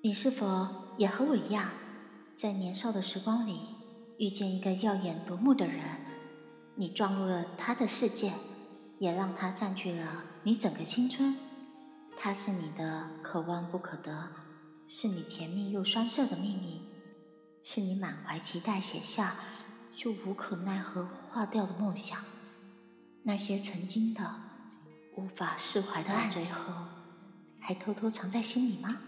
你是否也和我一样，在年少的时光里遇见一个耀眼夺目的人，你撞入了他的世界，也让他占据了你整个青春。他是你的可望不可得，是你甜蜜又酸涩的秘密，是你满怀期待写下又无可奈何化掉的梦想。那些曾经的无法释怀的爱，最后还偷偷藏在心里吗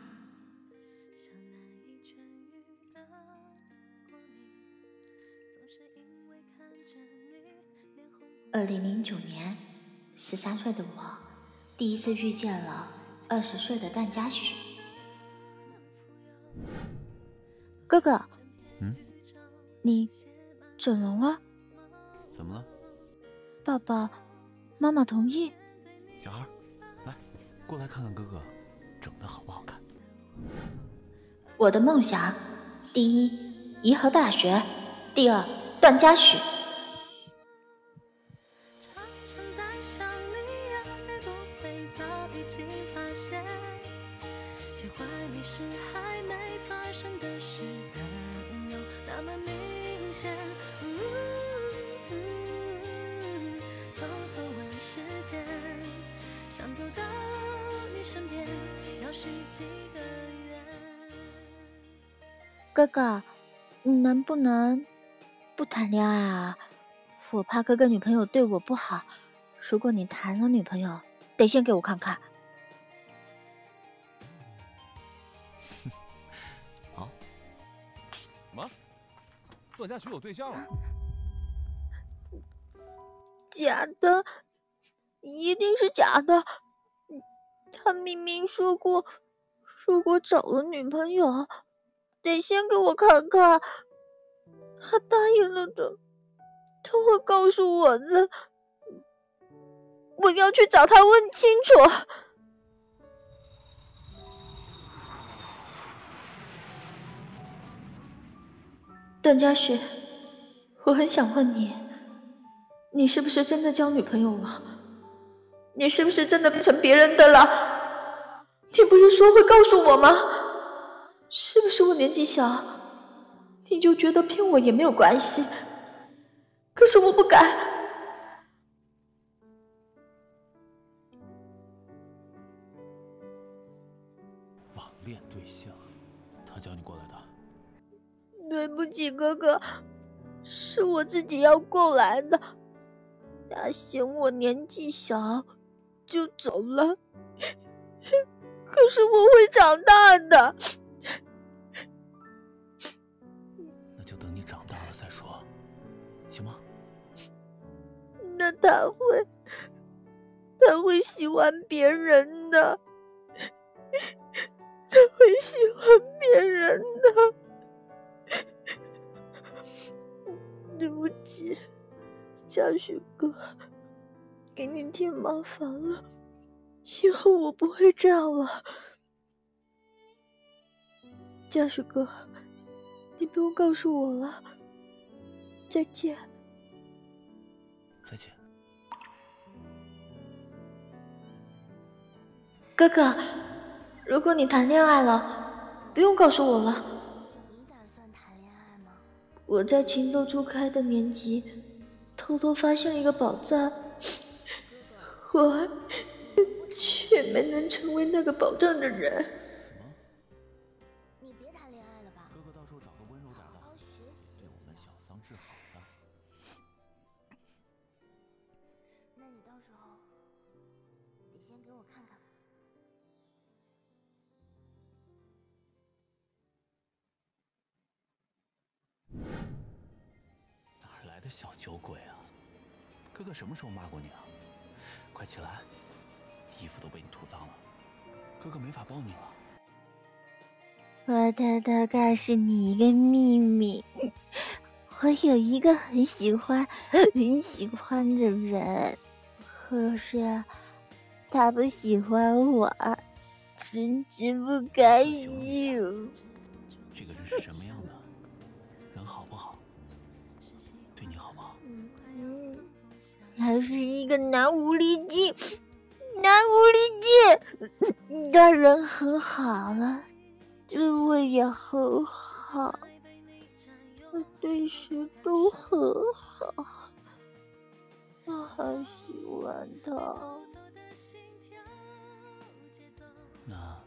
？2009年，13岁的我第一次遇见了20岁的段嘉许。哥哥，你整容了？ 怎么了？ 爸爸妈妈同意？ 小孩，来，过来看看哥哥整得好不好看。 我的梦想，第一，颐和大学；第二，段嘉许。 喜欢你是还没发生的事，但又那么明显。偷偷问时间，想走到你身边，要许几个愿。 哥哥，你能不能不谈恋爱啊？我怕哥哥女朋友对我不好。如果你谈了女朋友，得先给我看看。 好。什么？段嘉许有对象了？ 假的，一定是假的。他明明说过，如果找了女朋友，得先给我看看。他答应了的，他会告诉我的。我要去找他问清楚。段嘉许，我很想问你，你是不是真的交女朋友了？你是不是真的变成别人的了？你不是说会告诉我吗？是不是我年纪小，你就觉得骗我也没有关系？可是我不敢。 网恋对象，他叫你过来的？ 对不起哥哥，是我自己要过来的。他嫌我年纪小，就走了。可是我会长大的。 那就等你长大了再说，行吗？ 那他会喜欢别人的，他会喜欢别人的。对不起，嘉许哥，给你添麻烦了，以后我不会这样了。嘉许哥，你不用告诉我了，再见。 再见。 哥哥，如果你谈恋爱了，不用告诉我了。 你打算谈恋爱吗？ 我在情窦初开的年纪，偷偷发现了一个宝藏，我却没能成为那个宝藏的人。 什么？ 你别谈恋爱了吧。 哥哥到时候找个温柔点的， 好好学习。 对我们小桑治好的。 那你到时候得先给我看看。 哪儿来的小酒鬼啊？哥哥什么时候骂过你啊？快起来，衣服都被你涂脏了，哥哥没法抱你了。 我偷偷告诉你一个秘密，我有一个很喜欢的人，可是他不喜欢我，真不开心。 这个人是什么样的？人好不好？对你好不好？ 他是一个男狐狸精，他人很好了， 对我也很好，我对谁都很好，我好喜欢他。 那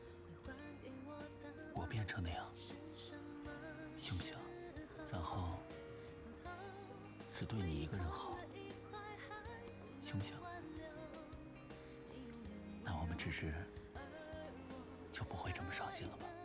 我变成那样，行不行？然后只对你一个人好，行不行？那我们芝芝就不会这么伤心了吗？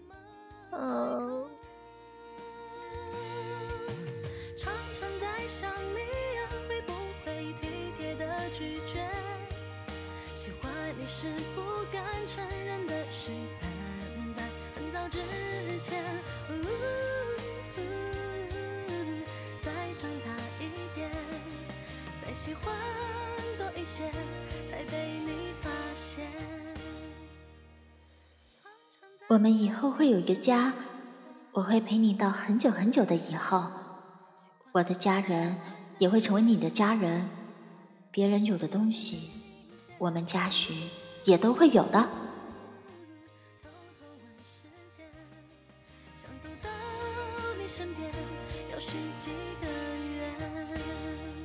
常常在想你呀，会不会体贴的拒绝？喜欢你是不敢承认的事，很在很早之前。再长大一点，再喜欢多一些，才被你发现。 我们以后会有一个家，我会陪你到很久很久的以后。我的家人也会成为你的家人，别人有的东西，我们嘉许也都会有的。 想走到你身边，要许几个愿。